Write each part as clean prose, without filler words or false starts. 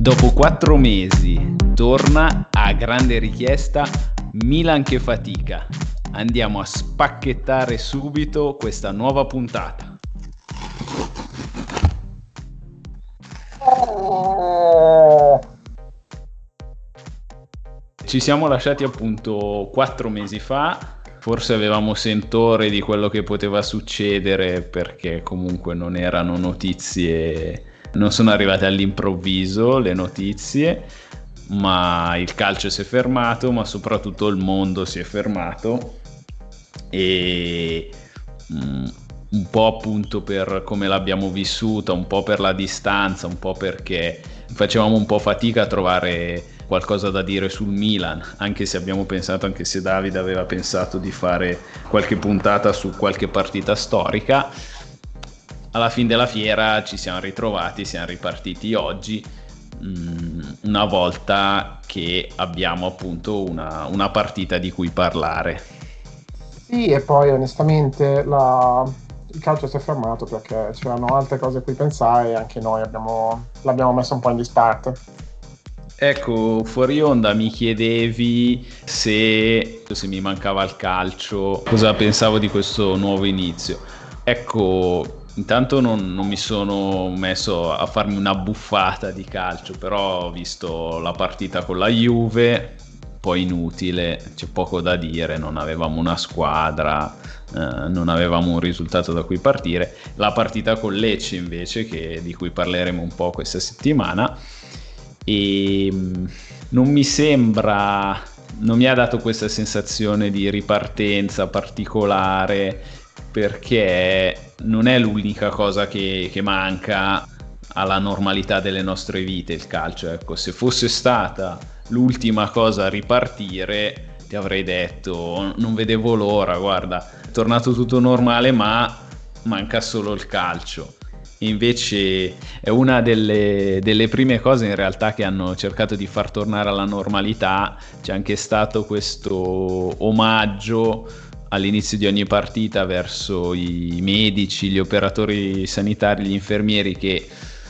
Dopo 4 mesi torna a grande richiesta Milan che fatica. Andiamo a spacchettare subito questa nuova puntata. Ci siamo lasciati appunto 4 mesi fa. Forse avevamo sentore di quello che poteva succedere, perché comunque non erano notizie, non sono arrivate all'improvviso le notizie, ma il calcio si è fermato, ma soprattutto il mondo si è fermato, e un po' appunto per come l'abbiamo vissuta, un po' per la distanza, un po' perché facevamo un po' fatica a trovare qualcosa da dire sul Milan, anche se abbiamo pensato, anche se Davide aveva pensato di fare qualche puntata su qualche partita storica. Alla fine della fiera ci siamo ritrovati, siamo ripartiti oggi, una volta che abbiamo appunto una partita di cui parlare. Sì, e poi onestamente il calcio si è fermato perché c'erano altre cose a cui pensare e anche noi l'abbiamo messo un po' in disparte. Ecco, fuori onda mi chiedevi se mi mancava il calcio, cosa pensavo di questo nuovo inizio. Ecco, intanto non mi sono messo a farmi una buffata di calcio, però ho visto la partita con la Juve, poi inutile, c'è poco da dire, non avevamo una squadra, non avevamo un risultato da cui partire. La partita con Lecce invece, di cui parleremo un po' questa settimana, e non mi ha dato questa sensazione di ripartenza particolare, perché non è l'unica cosa che manca alla normalità delle nostre vite il calcio. Ecco, se fosse stata l'ultima cosa a ripartire ti avrei detto non vedevo l'ora, guarda, è tornato tutto normale, ma manca solo il calcio. Invece è una delle prime cose in realtà che hanno cercato di far tornare alla normalità. C'è anche stato questo omaggio all'inizio di ogni partita verso i medici, gli operatori sanitari, gli infermieri, che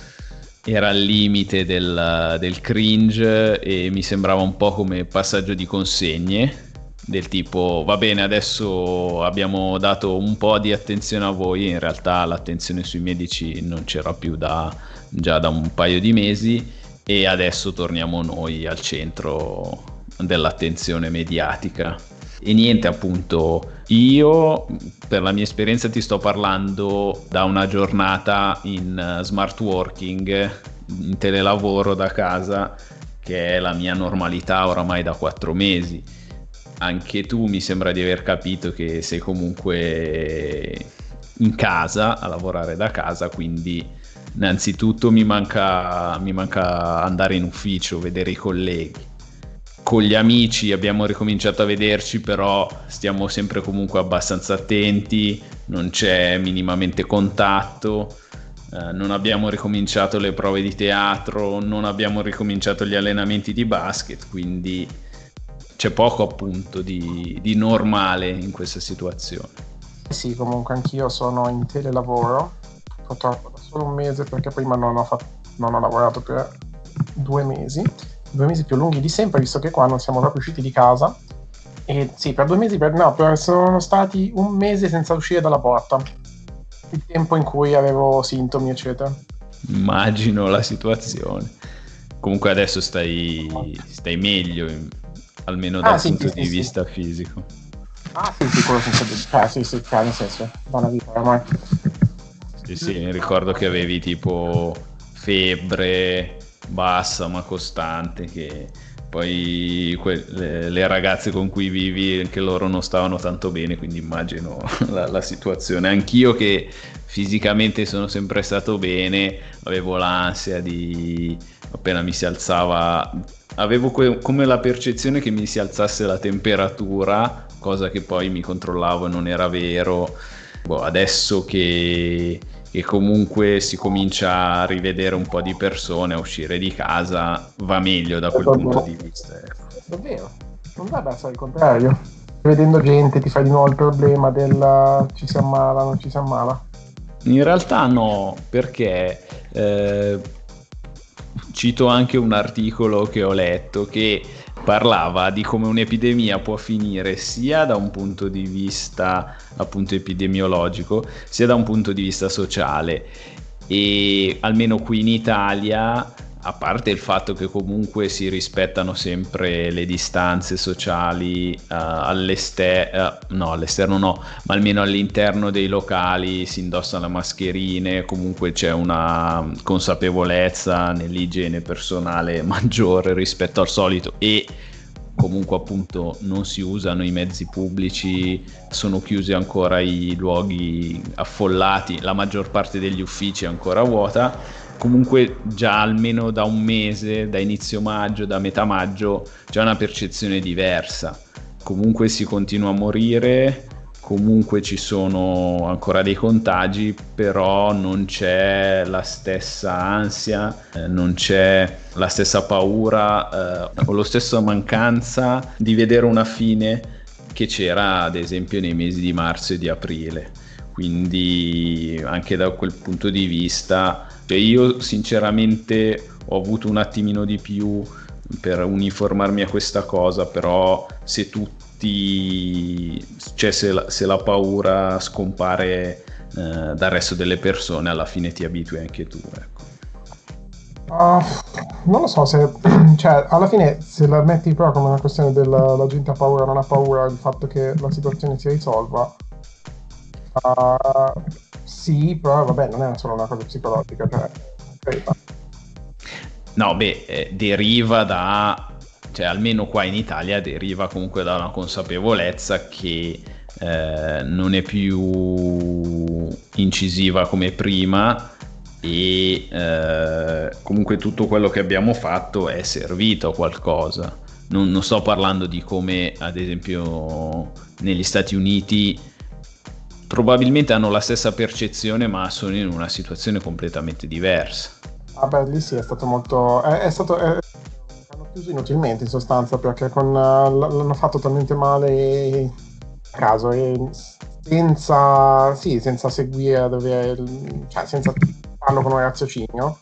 era al limite del cringe, e mi sembrava un po' come passaggio di consegne, del tipo va bene, adesso abbiamo dato un po' di attenzione a voi, in realtà l'attenzione sui medici non c'era più già da un paio di mesi, e adesso torniamo noi al centro dell'attenzione mediatica. E niente, appunto, io per la mia esperienza ti sto parlando da una giornata in smart working, in telelavoro da casa, che è la mia normalità oramai da 4 mesi. Anche tu mi sembra di aver capito che sei comunque in casa, a lavorare da casa, quindi innanzitutto mi manca andare in ufficio, vedere i colleghi. Con gli amici abbiamo ricominciato a vederci, però stiamo sempre comunque abbastanza attenti, non c'è minimamente contatto, non abbiamo ricominciato le prove di teatro, non abbiamo ricominciato gli allenamenti di basket, quindi c'è poco appunto di normale in questa situazione. Sì, comunque anch'io sono in telelavoro, purtroppo da solo un mese perché prima non ho lavorato per 2 mesi più lunghi di sempre, visto che qua non siamo proprio usciti di casa. E sì, per 2 mesi, sono stati un mese senza uscire dalla porta, il tempo in cui avevo sintomi eccetera. Immagino la situazione. Comunque adesso stai meglio, almeno dal punto di vista fisico. Sì, quello senza nel senso, da una vita ormai. Sì, mi ricordo che avevi tipo febbre bassa ma costante, che poi le ragazze con cui vivi, anche loro non stavano tanto bene, quindi immagino la situazione. Anch'io, che fisicamente sono sempre stato bene, avevo l'ansia di appena mi si alzava, avevo come la percezione che mi si alzasse la temperatura, cosa che poi mi controllavo e non era vero. Adesso che comunque si comincia a rivedere un po' di persone, a uscire di casa, va meglio da quel punto di vista. Davvero? Non dovrebbe essere il contrario. Vedendo gente ti fai di nuovo il problema del ci si ammala, non ci si ammala. In realtà no, perché cito anche un articolo che ho letto che parlava di come un'epidemia può finire sia da un punto di vista appunto epidemiologico, sia da un punto di vista sociale. E almeno qui in Italia, a parte il fatto che comunque si rispettano sempre le distanze sociali all'esterno no, ma almeno all'interno dei locali si indossano mascherine, comunque c'è una consapevolezza nell'igiene personale maggiore rispetto al solito, e comunque appunto non si usano i mezzi pubblici, sono chiusi ancora i luoghi affollati, la maggior parte degli uffici è ancora vuota. Comunque già almeno da un mese, da inizio maggio, da metà maggio, c'è una percezione diversa. Comunque si continua a morire, comunque ci sono ancora dei contagi, però non c'è la stessa ansia, non c'è la stessa paura o la stessa mancanza di vedere una fine che c'era ad esempio nei mesi di marzo e di aprile. Quindi anche da quel punto di vista, cioè io sinceramente ho avuto un attimino di più per uniformarmi a questa cosa, però se tutti, cioè se la paura scompare dal resto delle persone, alla fine ti abitui anche tu, ecco. Non lo so se, cioè, alla fine se la metti però come una questione della la gente ha paura, non ha paura del fatto che la situazione si risolva, sì, però vabbè, non è solo una cosa psicologica, cioè, no, deriva da, cioè almeno qua in Italia deriva comunque da una consapevolezza che non è più incisiva come prima, e comunque tutto quello che abbiamo fatto è servito a qualcosa. Non sto parlando di come ad esempio negli Stati Uniti probabilmente hanno la stessa percezione, ma sono in una situazione completamente diversa. Vabbè, lì sì, è stato molto... hanno chiuso inutilmente in sostanza, perché l'hanno fatto talmente male a caso, e senza seguire cioè senza farlo con un raziocinio.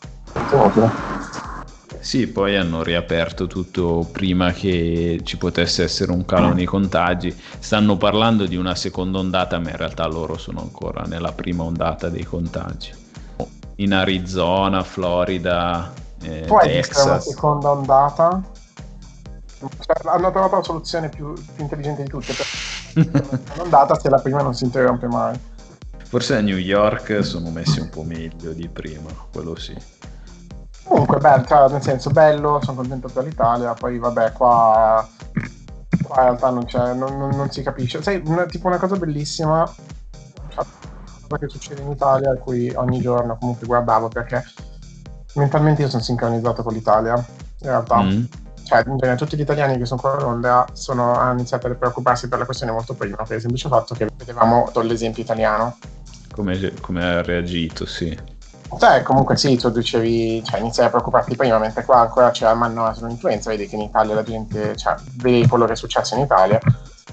Sì, poi hanno riaperto tutto prima che ci potesse essere un calo nei contagi. Stanno parlando di una seconda ondata, ma in realtà loro sono ancora nella prima ondata dei contagi. In Arizona, Florida, Texas. Una seconda ondata? Cioè, hanno trovato la soluzione più intelligente di tutte. Per l'ondata, se la prima non si interrompe mai. Forse a New York sono messi un po' meglio di prima, quello sì. Comunque, bello, cioè, nel senso, bello, sono contento per l'Italia. Poi, vabbè, qua in realtà non si capisce. Sai, tipo una cosa bellissima, cioè, che succede in Italia, a cui ogni giorno comunque guardavo, perché mentalmente io sono sincronizzato con l'Italia, in realtà. Cioè, in genere, tutti gli italiani che sono qua a Londra hanno iniziato a preoccuparsi per la questione molto prima, per il semplice fatto che vedevamo l'esempio italiano. Come ha reagito, sì. Cioè, comunque sì, tu dicevi, cioè, iniziai a preoccuparti prima, mentre qua ancora c'era no, sono influenza, vedi che in Italia la gente, cioè, vedi quello che è successo in Italia.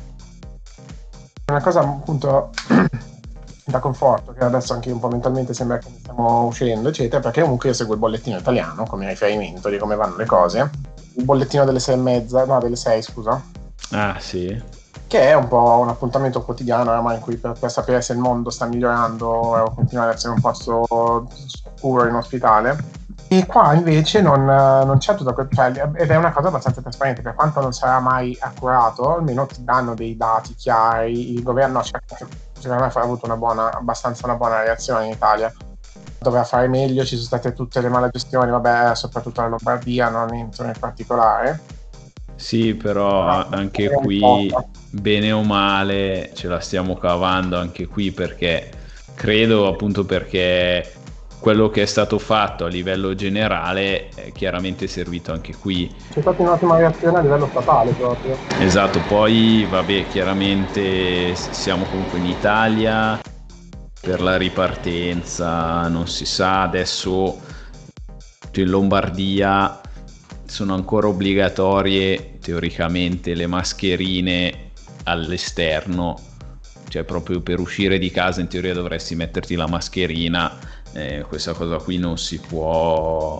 Una cosa appunto da conforto, che adesso anche un po' mentalmente sembra che stiamo uscendo, eccetera, perché comunque io seguo il bollettino italiano come riferimento di come vanno le cose. Il bollettino delle 6:30, no, delle 6, scusa. Ah, sì. Che è un po' un appuntamento quotidiano oramai in cui per sapere se il mondo sta migliorando o continua ad essere un posto scuro in ospitale. E qua invece non c'è tutta questa, ed è una cosa abbastanza trasparente, per quanto non sarà mai accurato, almeno ti danno dei dati chiari. Il governo secondo me ha avuto abbastanza una buona reazione in Italia. Doveva fare meglio, ci sono state tutte le male gestioni, vabbè, soprattutto la Lombardia, non entro nel particolare. Sì, però anche qui, bene o male, ce la stiamo cavando anche qui, perché credo appunto perché quello che è stato fatto a livello generale è chiaramente servito anche qui. C'è stata un'ottima reazione a livello statale proprio. Esatto, poi vabbè, chiaramente siamo comunque in Italia, per la ripartenza non si sa, adesso in Lombardia sono ancora obbligatorie teoricamente le mascherine all'esterno, cioè proprio per uscire di casa in teoria dovresti metterti la mascherina. Questa cosa qui non si può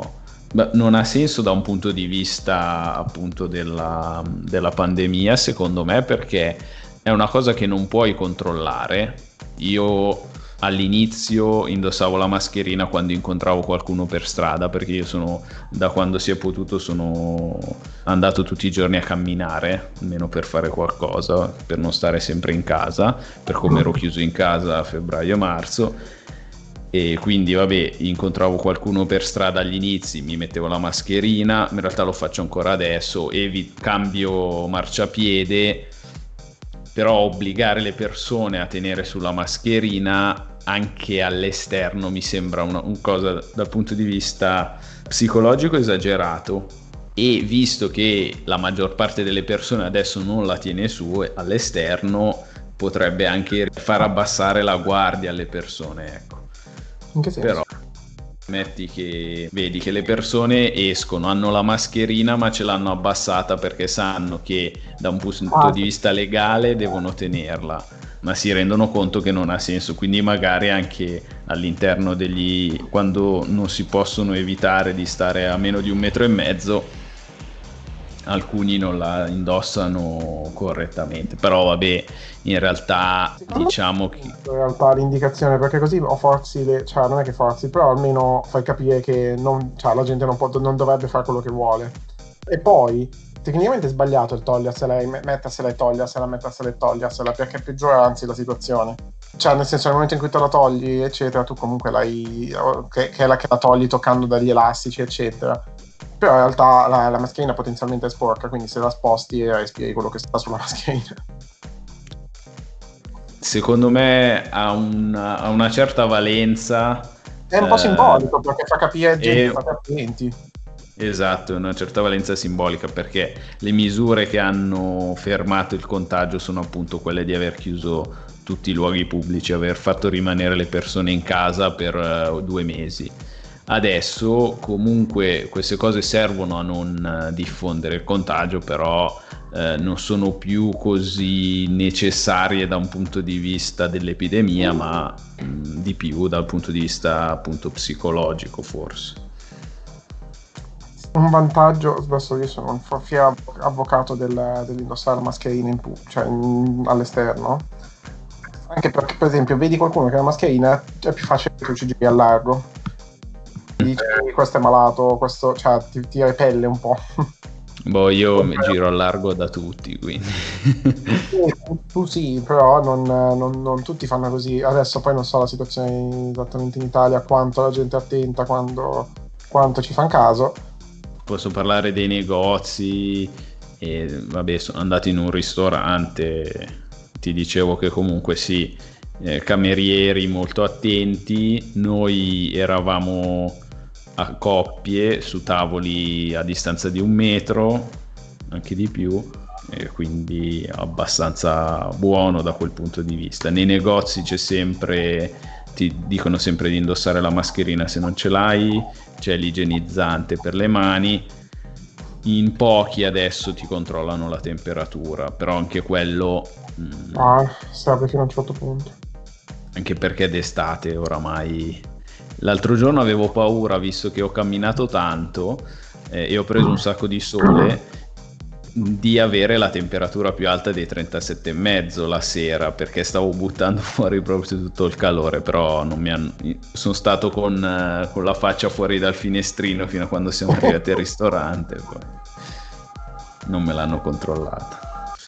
Non ha senso da un punto di vista appunto della pandemia, secondo me, perché è una cosa che non puoi controllare. Io all'inizio indossavo la mascherina quando incontravo qualcuno per strada, perché io sono, da quando si è potuto, sono andato tutti i giorni a camminare, almeno per fare qualcosa, per non stare sempre in casa, per come ero chiuso in casa a febbraio-marzo. E quindi vabbè, incontravo qualcuno per strada agli inizi, mi mettevo la mascherina, in realtà lo faccio ancora adesso, cambio marciapiede, però obbligare le persone a tenere sulla mascherina anche all'esterno mi sembra un cosa dal punto di vista psicologico esagerato. E visto che la maggior parte delle persone adesso non la tiene su all'esterno, potrebbe anche far abbassare la guardia alle persone, ecco. In che senso? Però metti che vedi che le persone escono, hanno la mascherina ma ce l'hanno abbassata perché sanno che da un punto di vista legale devono tenerla, ma si rendono conto che non ha senso, quindi magari anche all'interno quando non si possono evitare di stare a meno di 1,5 metri, alcuni non la indossano correttamente, però vabbè, in realtà diciamo che In realtà l'indicazione, perché così o forzi cioè non è che forzi, però almeno fai capire che cioè, la gente non dovrebbe fare quello che vuole. E poi tecnicamente è sbagliato il togliersela, mettersela e togliersela, mettersela e togliersela, perché peggiora anzi la situazione. Cioè, nel senso, nel momento in cui te la togli, eccetera, tu comunque che la togli toccando dagli elastici, eccetera. Però in realtà la mascherina potenzialmente è sporca, quindi se la sposti respiri quello che sta sulla mascherina. Secondo me ha una certa valenza. È un po' simbolico perché fa capire gente, fate attenti. Esatto, una certa valenza simbolica, perché le misure che hanno fermato il contagio sono appunto quelle di aver chiuso tutti i luoghi pubblici, aver fatto rimanere le persone in casa per 2 mesi. Adesso comunque queste cose servono a non diffondere il contagio, però non sono più così necessarie da un punto di vista dell'epidemia, ma di più dal punto di vista appunto psicologico, forse. Un vantaggio, adesso io sono un fiero avvocato dell'indossare la mascherina all'esterno, anche perché per esempio vedi qualcuno che ha la mascherina, è più facile che ci giri a largo, dici questo è malato, questo, cioè ti repelle un po'. Boh, io mi giro a largo da tutti, quindi. Tu sì, però non tutti fanno così. Adesso poi non so la situazione esattamente in Italia, quanto la gente è attenta, quanto ci fan caso. Posso parlare dei negozi e vabbè, sono andato in un ristorante, ti dicevo che comunque sì, camerieri molto attenti, noi eravamo a coppie su tavoli a distanza di 1 metro, anche di più, e quindi abbastanza buono da quel punto di vista. Nei negozi ti dicono sempre di indossare la mascherina se non ce l'hai, c'è l'igienizzante per le mani. In pochi adesso ti controllano la temperatura, però anche quello serve fino a un certo punto. anche perché d'estate oramai. L'altro giorno avevo paura, visto che ho camminato tanto e ho preso un sacco di sole, di avere la temperatura più alta dei 37,5 la sera, perché stavo buttando fuori proprio tutto il calore, però sono stato con la faccia fuori dal finestrino fino a quando siamo arrivati al ristorante, poi non me l'hanno controllata.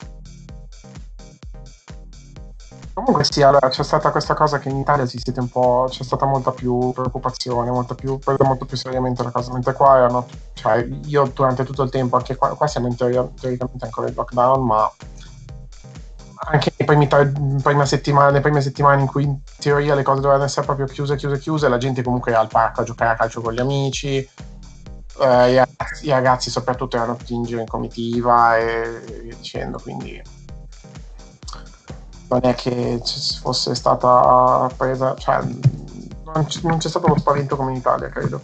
Comunque sì, allora c'è stata questa cosa che in Italia c'è stata molta più preoccupazione, presa molto più seriamente la cosa, mentre qua cioè io durante tutto il tempo, anche qua siamo teoricamente ancora in lockdown, ma anche le prime settimane in cui in teoria le cose dovevano essere proprio chiuse, la gente comunque era al parco a giocare a calcio con gli amici, i ragazzi soprattutto erano tutti in giro in comitiva e via dicendo, quindi non è che fosse stata presa, cioè non c'è stato lo spavento come in Italia, credo.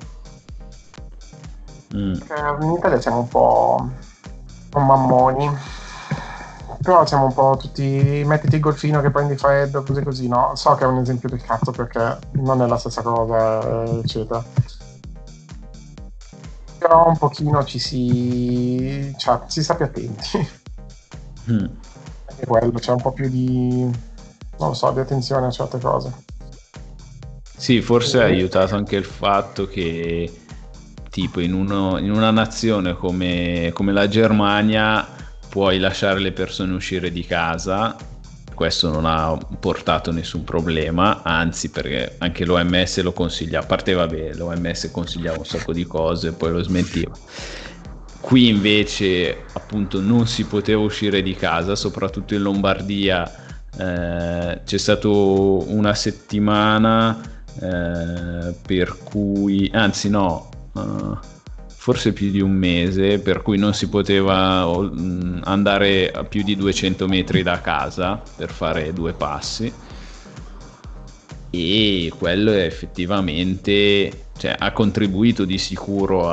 Perché in Italia siamo un po' mammoni, però siamo un po' tutti mettiti il golfino che prendi freddo, così, no? So che è un esempio del cazzo perché non è la stessa cosa, eccetera. però un pochino si sta più attenti. Anche quello, c'è un po' più di, non lo so, di attenzione a certe cose. Sì, forse ha aiutato anche il fatto che tipo in una nazione come la Germania puoi lasciare le persone uscire di casa, questo non ha portato nessun problema, anzi, perché anche l'OMS lo consiglia, a parte vabbè, l'OMS consigliava un sacco di cose, poi lo smentiva. Qui invece appunto non si poteva uscire di casa, soprattutto in Lombardia. C'è stato una settimana per cui, anzi no, forse più di un mese, per cui non si poteva andare a più di 200 metri da casa per fare 2 passi, e quello effettivamente, cioè, ha contribuito di sicuro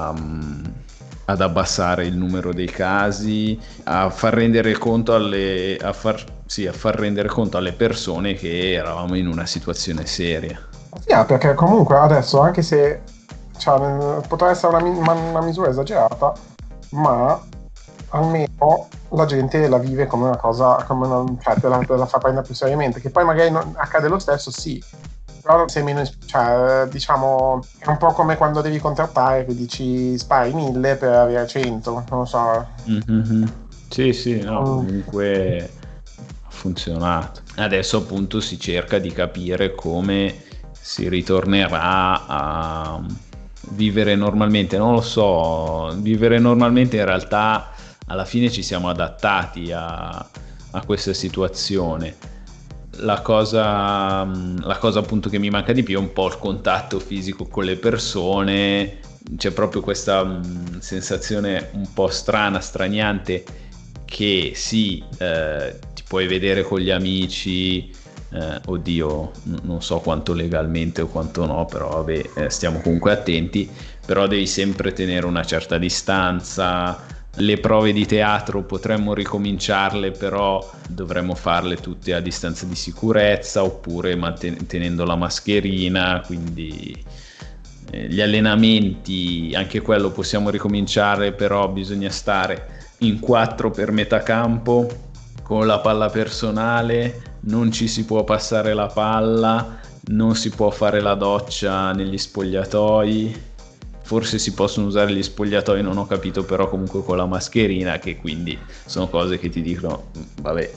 ad abbassare il numero dei casi, a far rendere conto a far rendere conto alle persone che eravamo in una situazione seria. Sì, perché comunque adesso, anche se potrà essere una misura esagerata, ma almeno la gente la vive come una cosa, te la fa prendere più seriamente, che poi magari accade lo stesso, sì, però sei meno, diciamo, è un po' come quando devi contrattare, che dici spari 1000 per avere 100, non lo so. Mm-hmm. Sì, no, comunque ha funzionato. Adesso appunto si cerca di capire come si ritornerà a vivere normalmente. Non lo so, vivere normalmente in realtà alla fine ci siamo adattati a questa situazione. La cosa appunto che mi manca di più è un po' il contatto fisico con le persone. C'è proprio questa sensazione un po' straniante, che sì, ti puoi vedere con gli amici, oddio, non so quanto legalmente o quanto no, però vabbè, stiamo comunque attenti, però devi sempre tenere una certa distanza. Le prove di teatro potremmo ricominciarle, però dovremmo farle tutte a distanza di sicurezza, oppure mantenendo la mascherina, quindi gli allenamenti, anche quello possiamo ricominciare, però bisogna stare in 4 per metà campo, con la palla personale, non ci si può passare la palla, non si può fare la doccia negli spogliatoi. Forse si possono usare gli spogliatoi, non ho capito, però comunque con la mascherina, che quindi sono cose che ti dicono, vabbè,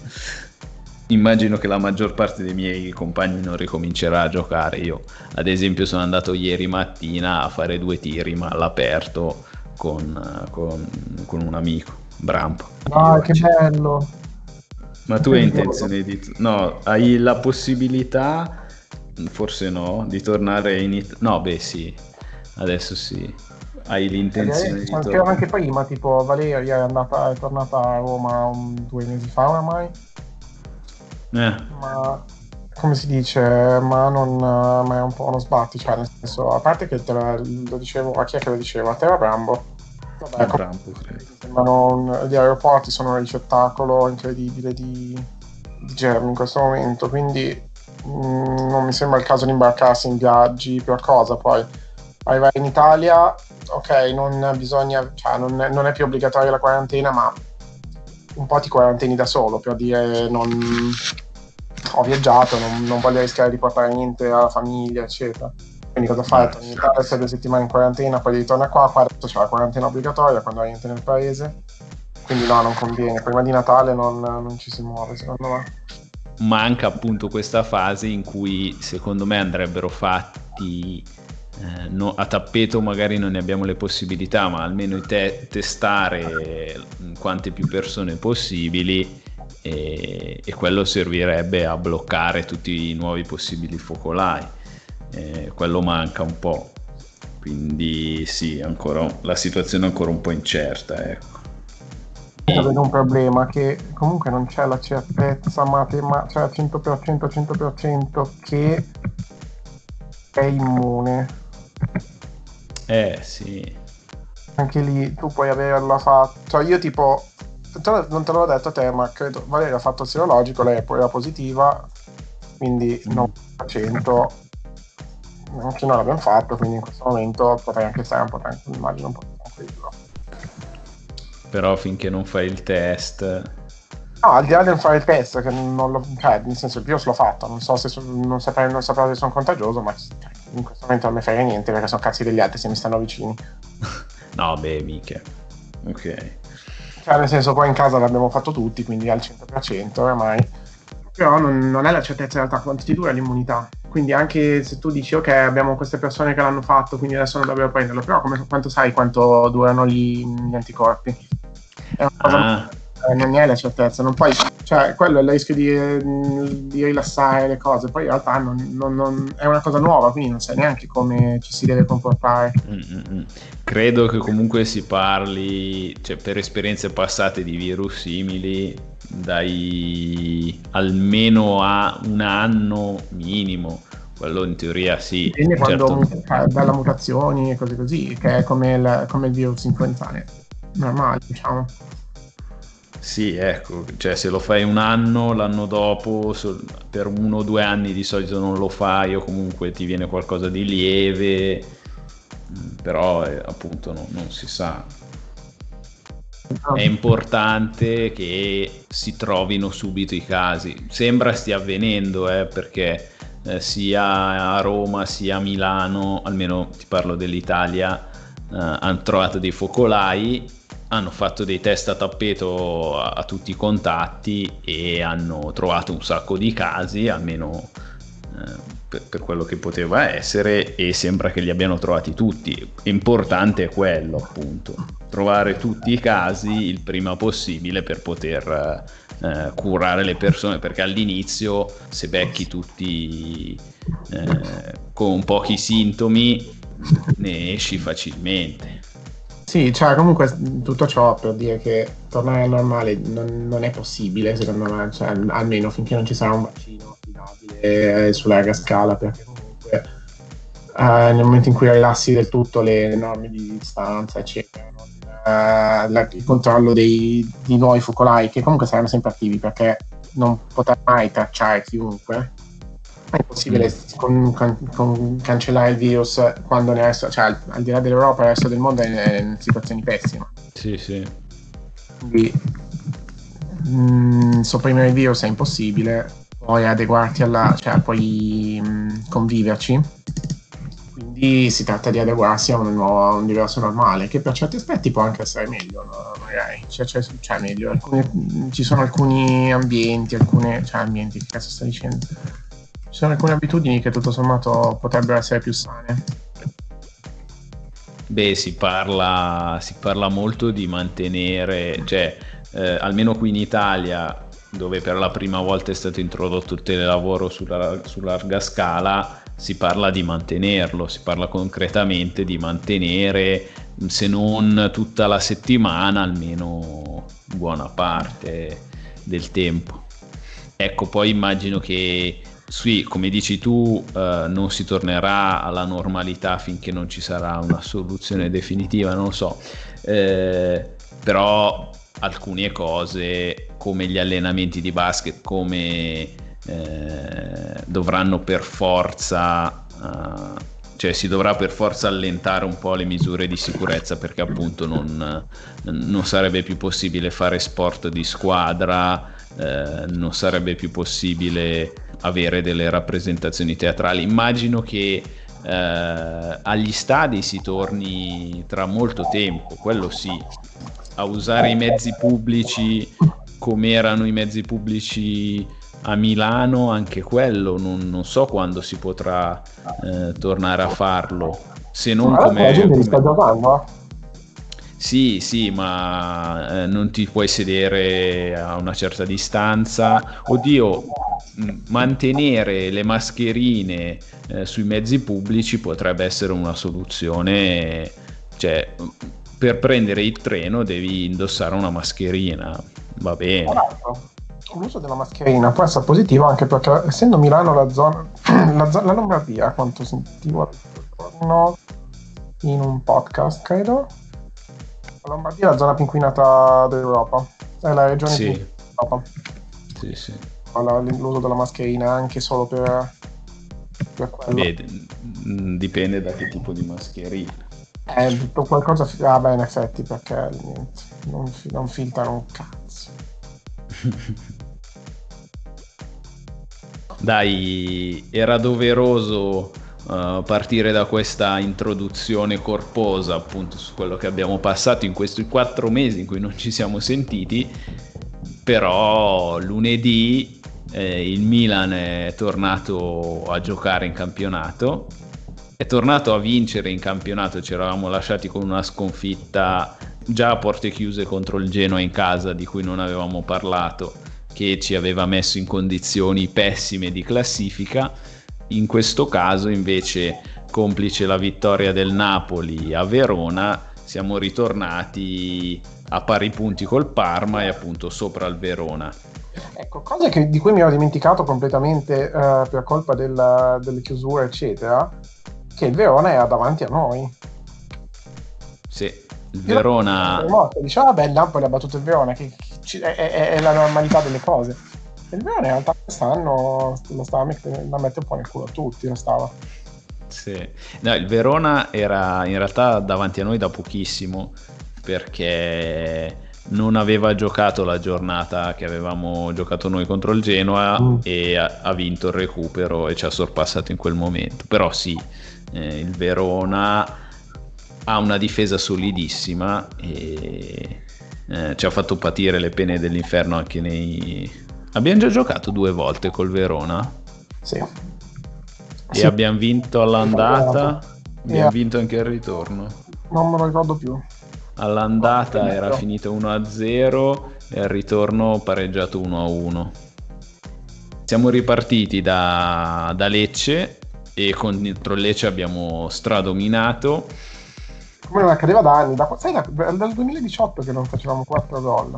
immagino che la maggior parte dei miei compagni non ricomincerà a giocare. Io ad esempio sono andato ieri mattina a fare 2 tiri, ma all'aperto con un amico, Brampo. Ah, che bello! Ma tu hai intenzione no, hai la possibilità, forse no, di tornare no, beh sì, adesso sì, hai l'intenzione di tornare. Anche prima, tipo Valeria è tornata a Roma 2 mesi fa oramai, ma come si dice, ma è un po' uno sbatti, cioè nel senso, a parte che lo dicevo, a chi è che lo dicevo? A te o a Brambo? Vabbè, Brampo, credo. gli aeroporti sono un ricettacolo incredibile di germi in questo momento, quindi non mi sembra il caso di imbarcarsi in viaggi per cosa. Poi arrivare in Italia, ok, non bisogna, cioè non è più obbligatoria la quarantena, ma un po' ti quaranteni da solo per dire ho viaggiato, non voglio rischiare di portare niente alla famiglia, eccetera. Quindi cosa fai? Torni in Italia, sei 2 settimane in quarantena, poi ritorna qua adesso c'è la quarantena obbligatoria quando rientri nel paese, quindi no, non conviene. Prima di Natale non ci si muove, secondo me. Manca appunto questa fase in cui secondo me andrebbero fatti a tappeto, magari non ne abbiamo le possibilità, ma almeno testare quante più persone possibili, e quello servirebbe a bloccare tutti i nuovi possibili focolai. Quello manca un po', quindi sì, ancora la situazione è ancora un po' incerta, ecco. Vedo un problema che comunque non c'è la certezza cioè al 100% che è immune. Sì. Anche lì tu puoi averla fatta, cioè io tipo, non te l'avevo detto a te, ma credo Valeria ha fatto il serologico, lei poi era positiva, quindi 90%, anche noi l'abbiamo fatto, quindi in questo momento potrei anche stare un po' tranquillo, immagino un po' più tranquillo. Però finché non fai il test... No, al di là del fare il test, che non lo, cioè, nel senso, il virus l'ho fatto, non so se non saprei se sono contagioso, ma in questo momento non mi frega niente perché sono cazzi degli altri se mi stanno vicini. No, beh, mica. Ok. Cioè, nel senso, poi in casa l'abbiamo fatto tutti, quindi al 100% ormai. Però non è la certezza in realtà quanto ti dura l'immunità. Quindi anche se tu dici, ok, abbiamo queste persone che l'hanno fatto, quindi adesso non dobbiamo prenderlo, però quanto sai quanto durano gli anticorpi? È una cosa non ne hai la certezza, non puoi, cioè quello è il rischio di rilassare le cose, poi in realtà è una cosa nuova, quindi non sai neanche come ci si deve comportare. Credo che comunque si parli, cioè, per esperienze passate di virus simili, dai almeno a un anno minimo. Quello in teoria sì. Dipende certo. dalla mutazioni e cose così, che è come il virus influenzale normale, diciamo. Sì, ecco, cioè se lo fai un anno, l'anno dopo, per 1 o 2 anni di solito non lo fai o comunque ti viene qualcosa di lieve, però appunto non si sa. È importante che si trovino subito i casi. Sembra stia avvenendo, perché sia a Roma sia a Milano, almeno ti parlo dell'Italia, hanno trovato dei focolai, hanno fatto dei test a tappeto a tutti i contatti e hanno trovato un sacco di casi, almeno per quello che poteva essere, e sembra che li abbiano trovati tutti. Importante è quello, appunto, trovare tutti i casi il prima possibile per poter curare le persone, perché all'inizio se becchi tutti con pochi sintomi ne esci facilmente. Sì, cioè comunque tutto ciò per dire che tornare al normale non è possibile, secondo me, cioè, almeno finché non ci sarà un vaccino affidabile su larga scala, perché comunque nel momento in cui rilassi del tutto le norme di distanza, eccetera, il controllo di nuovi focolai, che comunque saranno sempre attivi perché non potrà mai tracciare chiunque. È impossibile cancellare il virus quando ne resto, cioè al di là dell'Europa il resto del mondo è in situazioni pessime. Sì. Quindi sopprimere il virus è impossibile, poi adeguarti cioè poi conviverci. Quindi si tratta di adeguarsi a un diverso normale, che per certi aspetti può anche essere meglio, no? Magari cioè meglio. Ci sono alcuni ambienti, che cazzo sto dicendo? Ci sono alcune abitudini che tutto sommato potrebbero essere più sane. Beh, si parla molto di mantenere, cioè almeno qui in Italia, dove per la prima volta è stato introdotto il telelavoro su larga scala, si parla di mantenerlo, si parla concretamente di mantenere, se non tutta la settimana, almeno buona parte del tempo. Ecco, poi immagino che sì, come dici tu, non si tornerà alla normalità finché non ci sarà una soluzione definitiva, non lo so, però alcune cose come gli allenamenti di basket, come dovranno per forza, cioè si dovrà per forza allentare un po' le misure di sicurezza, perché appunto non sarebbe più possibile fare sport di squadra, non sarebbe più possibile avere delle rappresentazioni teatrali. Immagino che agli stadi si torni tra molto tempo, quello sì, a usare i mezzi pubblici come erano i mezzi pubblici a Milano, anche quello non so quando si potrà tornare a farlo, se non come la gente li sta giocando. sì, ma non ti puoi sedere a una certa distanza. Oddio, mantenere le mascherine sui mezzi pubblici potrebbe essere una soluzione, cioè per prendere il treno devi indossare una mascherina, va bene. L'uso della mascherina può essere positivo anche perché essendo Milano la Lombardia, quanto sentivo in un podcast, credo, la Lombardia è la zona più inquinata d'Europa, è la regione più inquinata d'Europa. Sì. L'uso della mascherina anche solo per per quello. Beh, dipende da che tipo di mascherina. Tutto qualcosa, in effetti, perché niente, non filtrano un cazzo. Dai, era doveroso partire da questa introduzione corposa appunto su quello che abbiamo passato in questi 4 mesi in cui non ci siamo sentiti, però lunedì il Milan è tornato a giocare in campionato, è tornato a vincere in campionato. Ci eravamo lasciati con una sconfitta già a porte chiuse contro il Genoa in casa, di cui non avevamo parlato, che ci aveva messo in condizioni pessime di classifica. In questo caso invece, complice la vittoria del Napoli a Verona, siamo ritornati a pari punti col Parma e appunto sopra il Verona. Ecco, cose di cui mi ero dimenticato completamente per colpa delle chiusure eccetera, che il Verona era davanti a noi. Sì, il Verona... Diceva, vabbè, il Napoli ha battuto il Verona, è la normalità delle cose. Il Verona in realtà quest'anno la mette un po' nel culo a tutti, lo stava. Sì. No, il Verona era in realtà davanti a noi da pochissimo, perché non aveva giocato la giornata che avevamo giocato noi contro il Genoa e ha vinto il recupero e ci ha sorpassato in quel momento. Però sì, il Verona ha una difesa solidissima e ci ha fatto patire le pene dell'inferno anche Abbiamo già giocato 2 volte col Verona? Sì. E sì. abbiamo vinto all'andata, abbiamo vinto anche al ritorno. Non me lo ricordo più. All'andata era finito 1-0 e al ritorno pareggiato 1-1. Siamo ripartiti da Lecce e contro Lecce abbiamo stradominato. Come non accadeva da anni, dal 2018 che non facevamo 4 gol.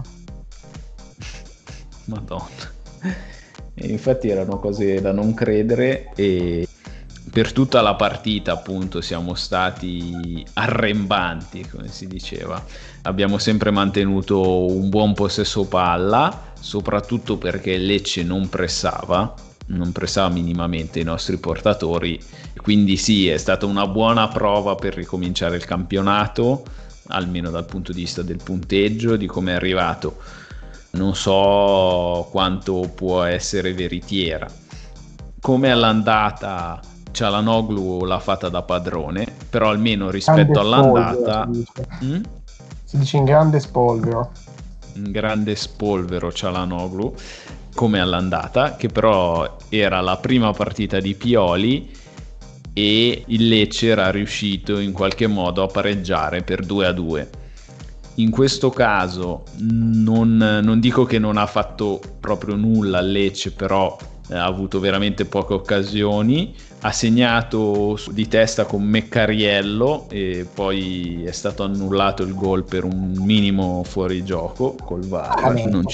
Madonna. E infatti erano cose da non credere e per tutta la partita appunto siamo stati arrembanti, come si diceva. Abbiamo sempre mantenuto un buon possesso palla, soprattutto perché Lecce non pressava minimamente i nostri portatori, quindi sì, è stata una buona prova per ricominciare il campionato, almeno dal punto di vista del punteggio, di come è arrivato. Non so quanto può essere veritiera. Come all'andata Çalhanoğlu l'ha fatta da padrone, però almeno rispetto all'andata si dice in grande spolvero. Un grande spolvero Çalhanoğlu, come all'andata, che però era la prima partita di Pioli e il Lecce era riuscito in qualche modo a pareggiare per 2-2. In questo caso non dico che non ha fatto proprio nulla il Lecce, però ha avuto veramente poche occasioni, ha segnato di testa con Meccariello e poi è stato annullato il gol per un minimo fuorigioco col VAR. Non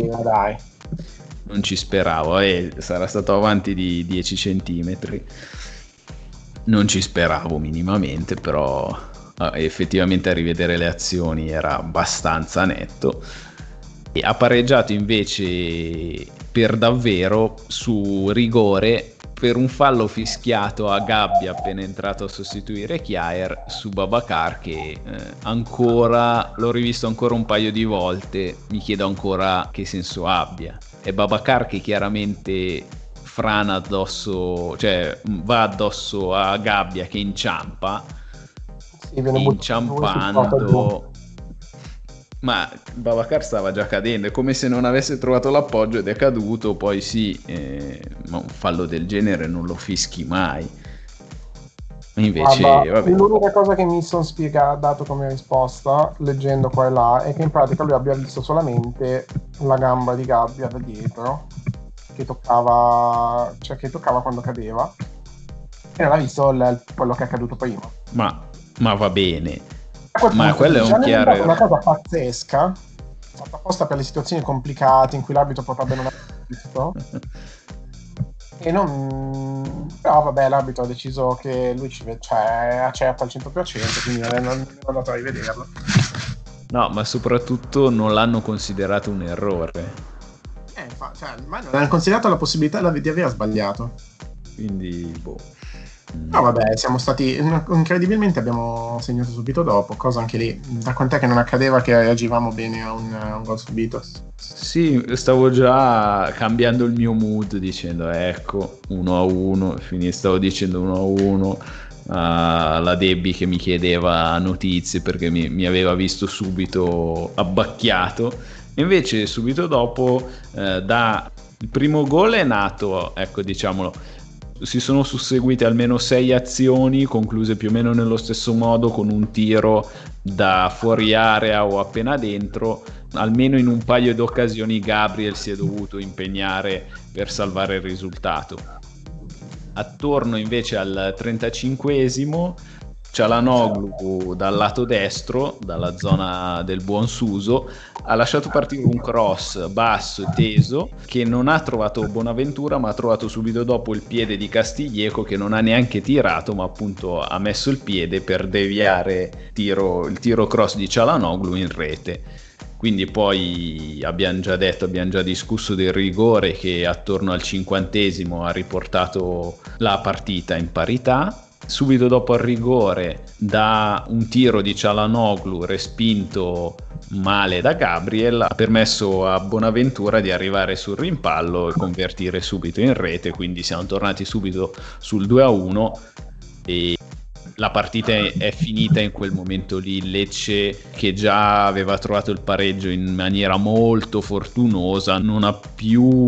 ci speravo, sarà stato avanti di 10 centimetri, non ci speravo minimamente, però effettivamente a rivedere le azioni era abbastanza netto. E ha pareggiato invece per davvero su rigore per un fallo fischiato a Gabbia appena entrato a sostituire Kjaer su Babacar, che ancora l'ho rivisto ancora un paio di volte, mi chiedo ancora che senso abbia. È Babacar che chiaramente frana addosso, cioè va addosso a Gabbia che inciampa, inciampando, ma Babacar stava già cadendo, è come se non avesse trovato l'appoggio ed è caduto. Poi sì, ma un fallo del genere non lo fischi mai. Invece vabbè. L'unica cosa che mi sono dato come risposta leggendo qua e là è che in pratica lui abbia visto solamente la gamba di Gabbia da dietro che toccava quando cadeva e non ha visto quello che è accaduto prima. Ma va bene. Ma quello è un chiaro. È una cosa pazzesca, fatta apposta per le situazioni complicate in cui l'arbitro potrebbe non aver visto. E non. Però vabbè, l'arbitro ha deciso che lui accerta al 100%, quindi non è andato a rivederlo. No, ma soprattutto non l'hanno considerato un errore. Ma non hanno considerato la possibilità di aver sbagliato. quindi boh. No, vabbè, siamo stati incredibilmente, abbiamo segnato subito dopo, cosa anche lì, da quant'è che non accadeva che reagivamo bene a un gol subito? Sì, stavo già cambiando il mio mood dicendo ecco 1-1, stavo dicendo 1-1 alla Debbie che mi chiedeva notizie perché mi aveva visto subito abbacchiato. Invece subito dopo il primo gol è nato, ecco diciamolo, si sono susseguite almeno 6 azioni concluse più o meno nello stesso modo, con un tiro da fuori area o appena dentro. Almeno in un paio di occasioni Gabriel si è dovuto impegnare per salvare il risultato. Attorno invece al 35esimo Çalhanoğlu dal lato destro, dalla zona del buon Suso, ha lasciato partire un cross basso e teso che non ha trovato Bonaventura, ma ha trovato subito dopo il piede di Castiglieco, che non ha neanche tirato, ma appunto ha messo il piede per deviare il tiro cross di Çalhanoğlu in rete. Quindi poi abbiamo già discusso del rigore che attorno al 50esimo ha riportato la partita in parità. Subito dopo il rigore, da un tiro di Çalhanoğlu respinto male da Gabriel, ha permesso a Bonaventura di arrivare sul rimpallo e convertire subito in rete, quindi siamo tornati subito sul 2-1 e la partita è finita in quel momento lì. Lecce, che già aveva trovato il pareggio in maniera molto fortunosa, non ha più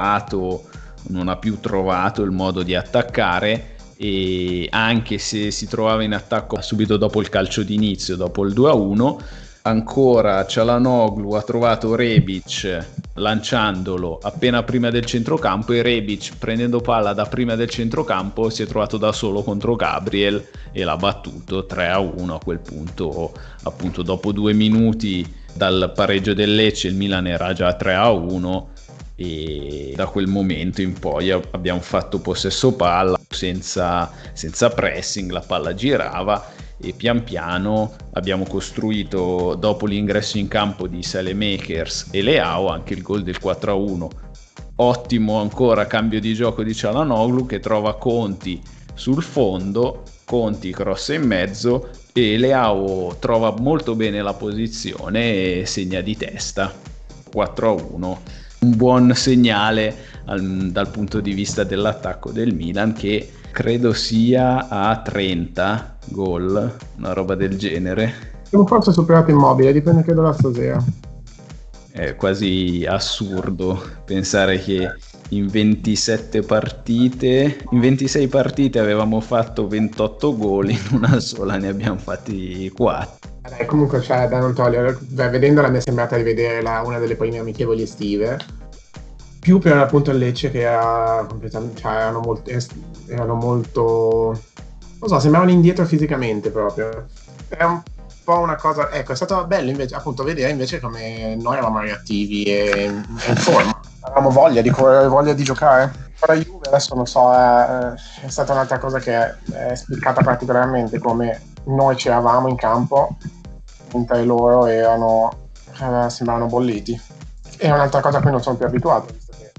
trovato il modo di attaccare, e anche se si trovava in attacco subito dopo il calcio d'inizio, dopo il 2-1, ancora Çalhanoğlu ha trovato Rebic lanciandolo appena prima del centrocampo, e Rebic, prendendo palla da prima del centrocampo, si è trovato da solo contro Gabriel e l'ha battuto 3-1. A quel punto, appunto, dopo 2 minuti dal pareggio del Lecce, il Milan era già 3-1 e da quel momento in poi abbiamo fatto possesso palla senza pressing, la palla girava e pian piano abbiamo costruito, dopo l'ingresso in campo di Saelemaekers e Leao, anche il gol del 4-1. Ottimo ancora cambio di gioco di Çalhanoğlu, che trova Conti sul fondo, Conti crossa in mezzo e Leao trova molto bene la posizione e segna di testa, 4-1. Un buon segnale dal punto di vista dell'attacco del Milan, che credo sia a 30 gol, una roba del genere. Siamo forse superato Immobile, dipende credo da stasera. È quasi assurdo pensare che in 26 partite avevamo fatto 28 gol, in una sola ne abbiamo fatti 4. Comunque c'è da non togliere, vedendola mi è sembrata di vedere una delle prime amichevoli estive, più per appunto il Lecce, che era completamente, cioè erano molto, non so, sembravano indietro fisicamente proprio. È un po' una cosa, ecco, è stato bello invece appunto vedere invece come noi eravamo reattivi e in forma, avevamo voglia di correre, voglia di giocare. Per la Juve adesso non so, è stata un'altra cosa che è spiccata particolarmente, come noi c'eravamo in campo mentre loro sembravano bolliti. È un'altra cosa a cui non sono più abituato, visto che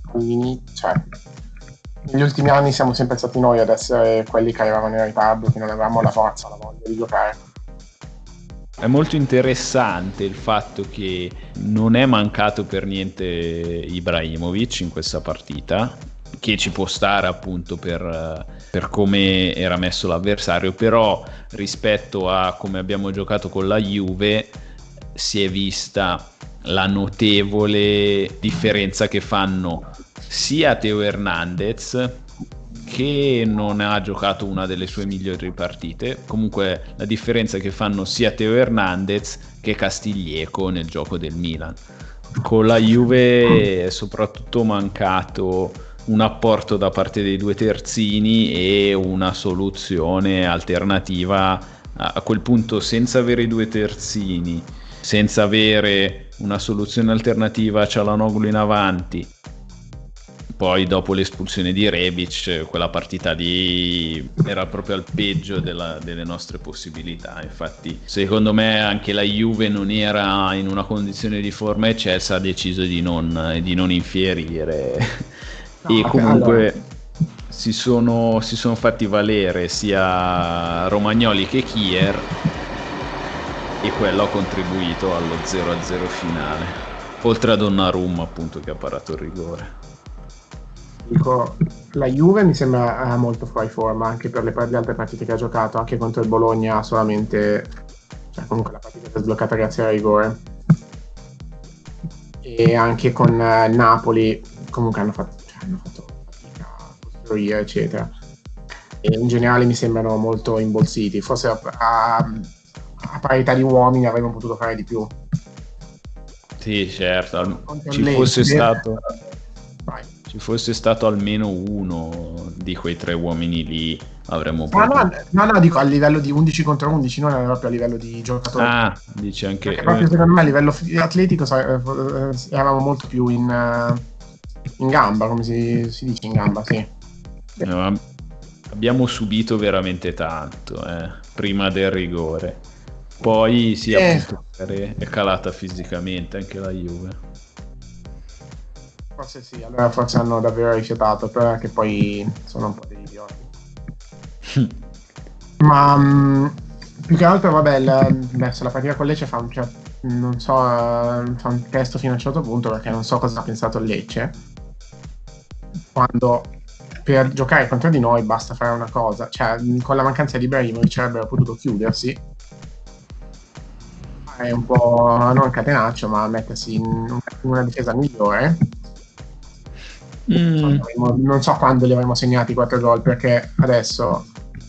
negli ultimi anni siamo sempre stati noi ad essere quelli che arrivavano in ritardo, che non avevamo la forza, la voglia di giocare. È molto interessante il fatto che non è mancato per niente Ibrahimovic in questa partita, che ci può stare appunto per come era messo l'avversario, però rispetto a come abbiamo giocato con la Juve si è vista la notevole differenza che fanno sia Theo Hernandez, che non ha giocato una delle sue migliori partite, comunque la differenza che fanno sia Theo Hernandez che Castiglieco nel gioco del Milan. Con la Juve è soprattutto mancato un apporto da parte dei due terzini e una soluzione alternativa. A quel punto, senza avere i due terzini, senza avere una soluzione alternativa a Çalhanoğlu in avanti, poi dopo l'espulsione di Rebic, quella partita lì era proprio al peggio delle nostre possibilità. Infatti secondo me anche la Juve non era in una condizione di forma eccelsa, ha deciso di non infierire. No, e comunque allora, si sono fatti valere sia Romagnoli che Kier, e quello ha contribuito allo 0-0 finale, oltre a Donnarumma appunto che ha parato il rigore. Dico, la Juve mi sembra molto fuori forma anche per le altre partite che ha giocato, anche contro il Bologna solamente, cioè comunque la partita si è sbloccata grazie al rigore, e anche con Napoli comunque hanno fatto fatica a costruire eccetera, e in generale mi sembrano molto imbolsiti, forse a parità di uomini avremmo potuto fare di più. Sì, certo, ci fosse stato almeno uno di quei 3 uomini lì, avremmo potuto. No, dico a livello di 11 contro 11, non proprio a livello di giocatori. Ah, dice anche... Perché proprio secondo me a livello atletico eravamo molto più in gamba, come si dice in gamba, sì. No, abbiamo subito veramente tanto, prima del rigore. Poi sì, appunto, è calata fisicamente anche la Juve. Forse sì, allora forse hanno davvero rifiutato, perché poi sono un po' degli idioti. Ma più che altro, vabbè, adesso la partita con Lecce non so, fa un testo fino a un certo punto, perché non so cosa ha pensato il Lecce, quando per giocare contro di noi basta fare una cosa, cioè con la mancanza di Ibrahimovic avrebbero potuto chiudersi, fare un po' non catenaccio, ma mettersi in una difesa migliore. Non so quando li avremmo segnati 4 gol, perché adesso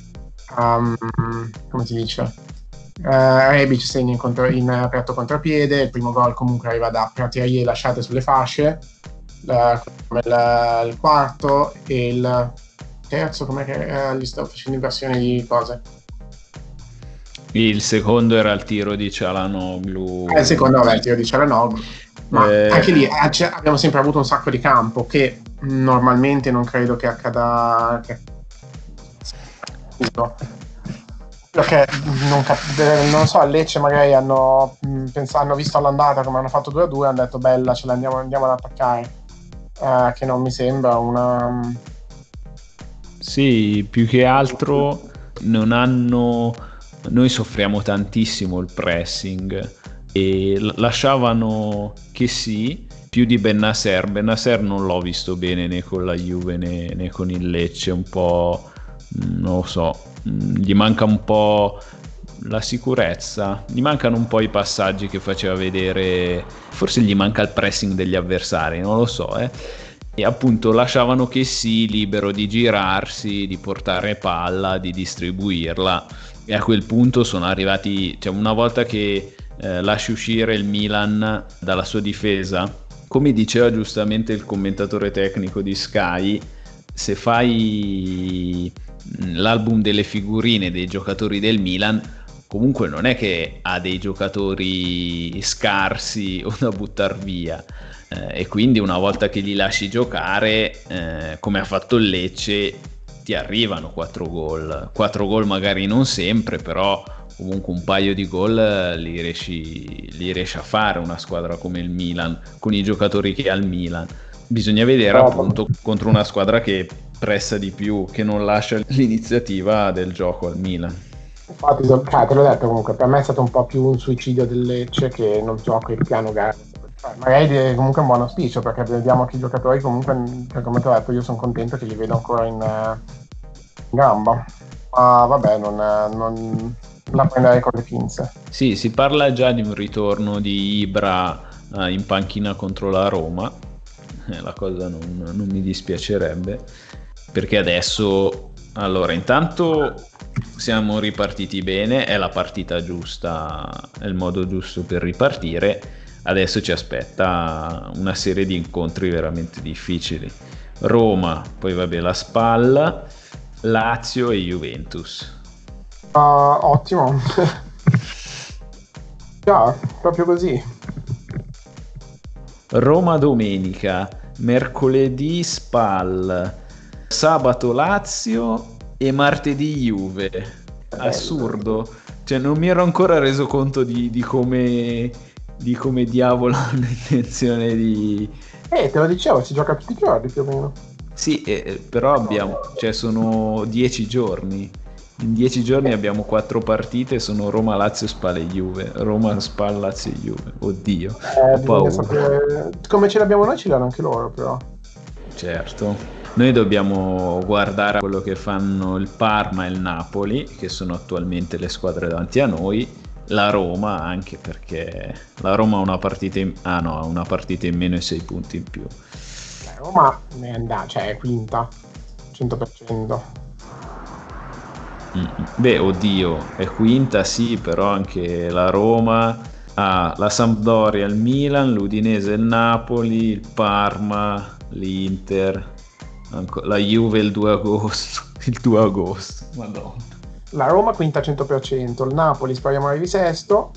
come si dice, Rebic segna in aperto contropiede, il primo gol comunque arriva da praterie lasciate sulle fasce, il quarto, e il terzo com'è che gli sto facendo inversione di cose. Il secondo era il tiro di Çalhanoğlu. Il secondo vabbè, il tiro di Çalhanoğlu, ma anche lì abbiamo sempre avuto un sacco di campo, che normalmente non credo che accada, perché non so, a Lecce magari hanno visto all'andata come hanno fatto 2-2, hanno detto bella, ce l'andiamo ad attaccare, che non mi sembra una... Sì, più che altro non hanno... Noi soffriamo tantissimo il pressing e lasciavano che sì, più di Bennacer. Bennacer non l'ho visto bene né con la Juve né con il Lecce, un po', non lo so, gli manca un po' la sicurezza, gli mancano un po' i passaggi che faceva vedere, forse gli manca il pressing degli avversari, non lo so, E appunto lasciavano che sì, libero di girarsi, di portare palla, di distribuirla, e a quel punto sono arrivati, cioè una volta che lasci uscire il Milan dalla sua difesa, come diceva giustamente il commentatore tecnico di Sky, se fai l'album delle figurine dei giocatori del Milan, comunque non è che ha dei giocatori scarsi o da buttar via, e quindi una volta che li lasci giocare, come ha fatto il Lecce, ti arrivano 4 gol magari non sempre, però comunque un paio di gol li riesci a fare una squadra come il Milan, con i giocatori che ha il Milan. Bisogna vedere appunto contro una squadra che pressa di più, che non lascia l'iniziativa del gioco al Milan. Infatti, te l'ho detto, comunque per me è stato un po' più un suicidio del Lecce che non gioco il piano gara. Magari è comunque un buon auspicio, perché vediamo che i giocatori comunque, come ti ho detto, io sono contento che li vedo ancora in gamba, ma vabbè, non la prenderei con le pinze. Sì, si parla già di un ritorno di Ibra in panchina contro la Roma, la cosa non mi dispiacerebbe, perché adesso, allora, intanto siamo ripartiti bene, è la partita giusta, è il modo giusto per ripartire. Adesso ci aspetta una serie di incontri veramente difficili. Roma, poi vabbè la Spal, Lazio e Juventus. Ottimo. Già, proprio così. Roma domenica, mercoledì Spal, sabato Lazio e martedì Juve. Assurdo. Cioè non mi ero ancora reso conto di come diavolo hanno intenzione di... Te lo dicevo, si gioca tutti i giorni più o meno. Sì, però cioè sono 10 giorni. In 10 giorni abbiamo 4 partite, sono Roma, Lazio, Spal e Juve. Roma, Spal, Lazio e Juve. Oddio, ho Bisogna paura. sapere come ce l'abbiamo noi, ce l'hanno anche loro, però. Certo. Noi dobbiamo guardare quello che fanno il Parma e il Napoli, che sono attualmente le squadre davanti a noi. La Roma, anche perché la Roma ha una partita ha una partita in meno e 6 punti in più. Roma è andata, cioè è quinta, 100%. Beh, oddio, è quinta sì, però anche la Roma ha la Sampdoria, il Milan, l'Udinese, il Napoli, il Parma, l'Inter, la Juve il 2 agosto, il 2 agosto, madonna. La Roma quinta 100%, il Napoli speriamo arrivi sesto.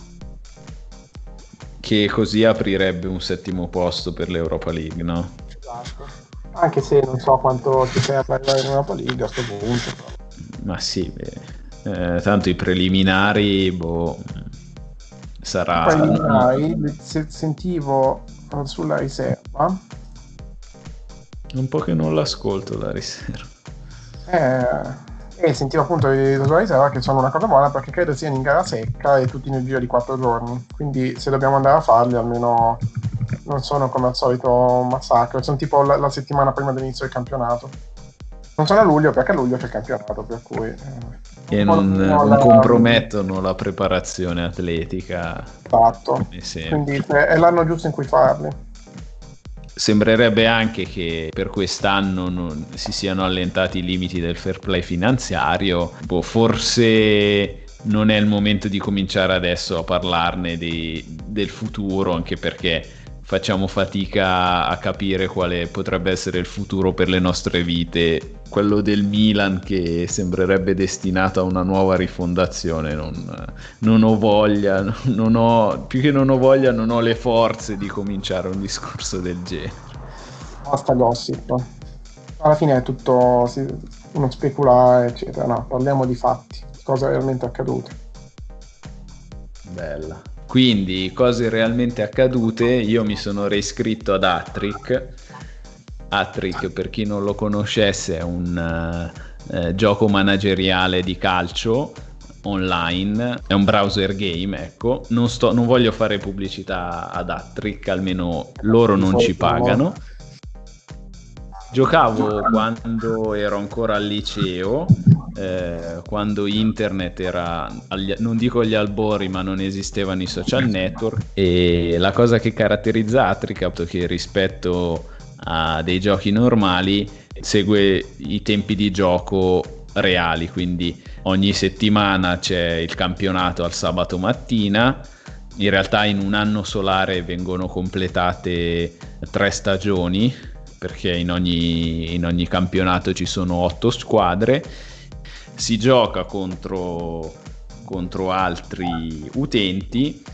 Che così aprirebbe un settimo posto per l'Europa League, no? Esatto. Anche se non so quanto ci serve arrivare in Europa League a questo punto. Ma sì, tanto i preliminari, sarà... Preliminari, sentivo sulla riserva. Un po' che non l'ascolto la riserva. E sentivo appunto sulla riserva che sono una cosa buona perché credo siano in gara secca e tutti nel giro di 4 giorni. Quindi se dobbiamo andare a farli almeno non sono come al solito un massacro, sono tipo la settimana prima dell'inizio del campionato. Non sono a luglio perché a luglio c'è il campionato, per cui... E non compromettono la preparazione atletica. Esatto, quindi è l'anno giusto in cui farli. Sembrerebbe anche che per quest'anno non si siano allentati i limiti del fair play finanziario. Forse non è il momento di cominciare adesso a parlarne del futuro, anche perché facciamo fatica a capire quale potrebbe essere il futuro per le nostre vite. Quello del Milan che sembrerebbe destinato a una nuova rifondazione. Non ho voglia, più che non ho voglia, non ho le forze di cominciare un discorso del genere. Basta gossip. Alla fine è tutto uno speculare, eccetera. No, parliamo di fatti, cose realmente accadute. Bella. Quindi, cose realmente accadute, io mi sono reiscritto ad Hattrick. Hattrick, per chi non lo conoscesse, è un gioco manageriale di calcio online, è un browser game, ecco. Non voglio fare pubblicità ad Hattrick, almeno loro non ci pagano. Giocavo quando ero ancora al liceo, quando internet era, non dico agli albori, ma non esistevano i social network, e la cosa che caratterizza Hattrick è che rispetto a dei giochi normali segue i tempi di gioco reali, quindi ogni settimana c'è il campionato al sabato mattina. In realtà in un anno solare vengono completate 3 stagioni, perché in ogni campionato ci sono 8 squadre. Si gioca contro altri utenti.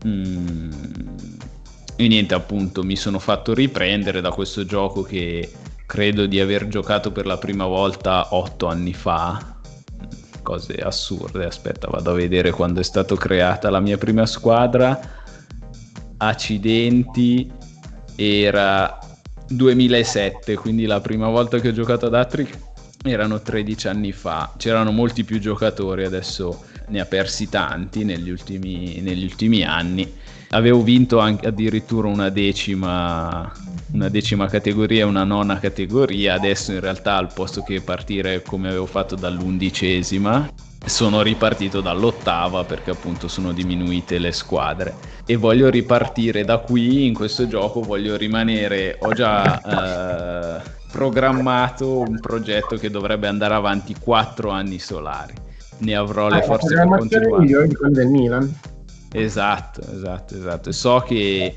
E niente, appunto, mi sono fatto riprendere da questo gioco che credo di aver giocato per la prima volta 8 anni fa. Cose assurde. Aspetta, vado a vedere quando è stata creata la mia prima squadra. Accidenti, era 2007, quindi la prima volta che ho giocato ad Hattrick erano 13 anni fa. C'erano molti più giocatori, adesso ne ha persi tanti negli ultimi anni. Avevo vinto anche addirittura una decima categoria e una nona categoria. Adesso in realtà, al posto che partire come avevo fatto dall'11ª, sono ripartito dall'8ª, perché appunto sono diminuite le squadre e voglio ripartire da qui. In questo gioco voglio rimanere, ho già programmato un progetto che dovrebbe andare avanti 4 anni solari. Ne avrò le forze per continuare. Di quelli del Milan. Esatto. So che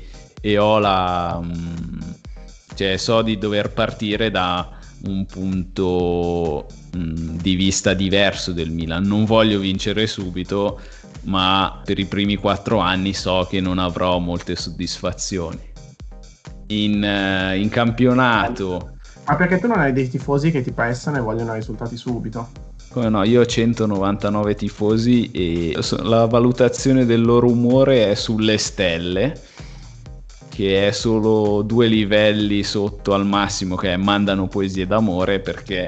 so di dover partire da un punto di vista diverso del Milan. Non voglio vincere subito, ma per i primi 4 anni so che non avrò molte soddisfazioni. In campionato... Ma perché tu non hai dei tifosi che ti pressano e vogliono risultati subito? Come no, io ho 199 tifosi e la valutazione del loro umore è sulle stelle. che è solo 2 livelli sotto al massimo, che è Mandano poesie d'amore, perché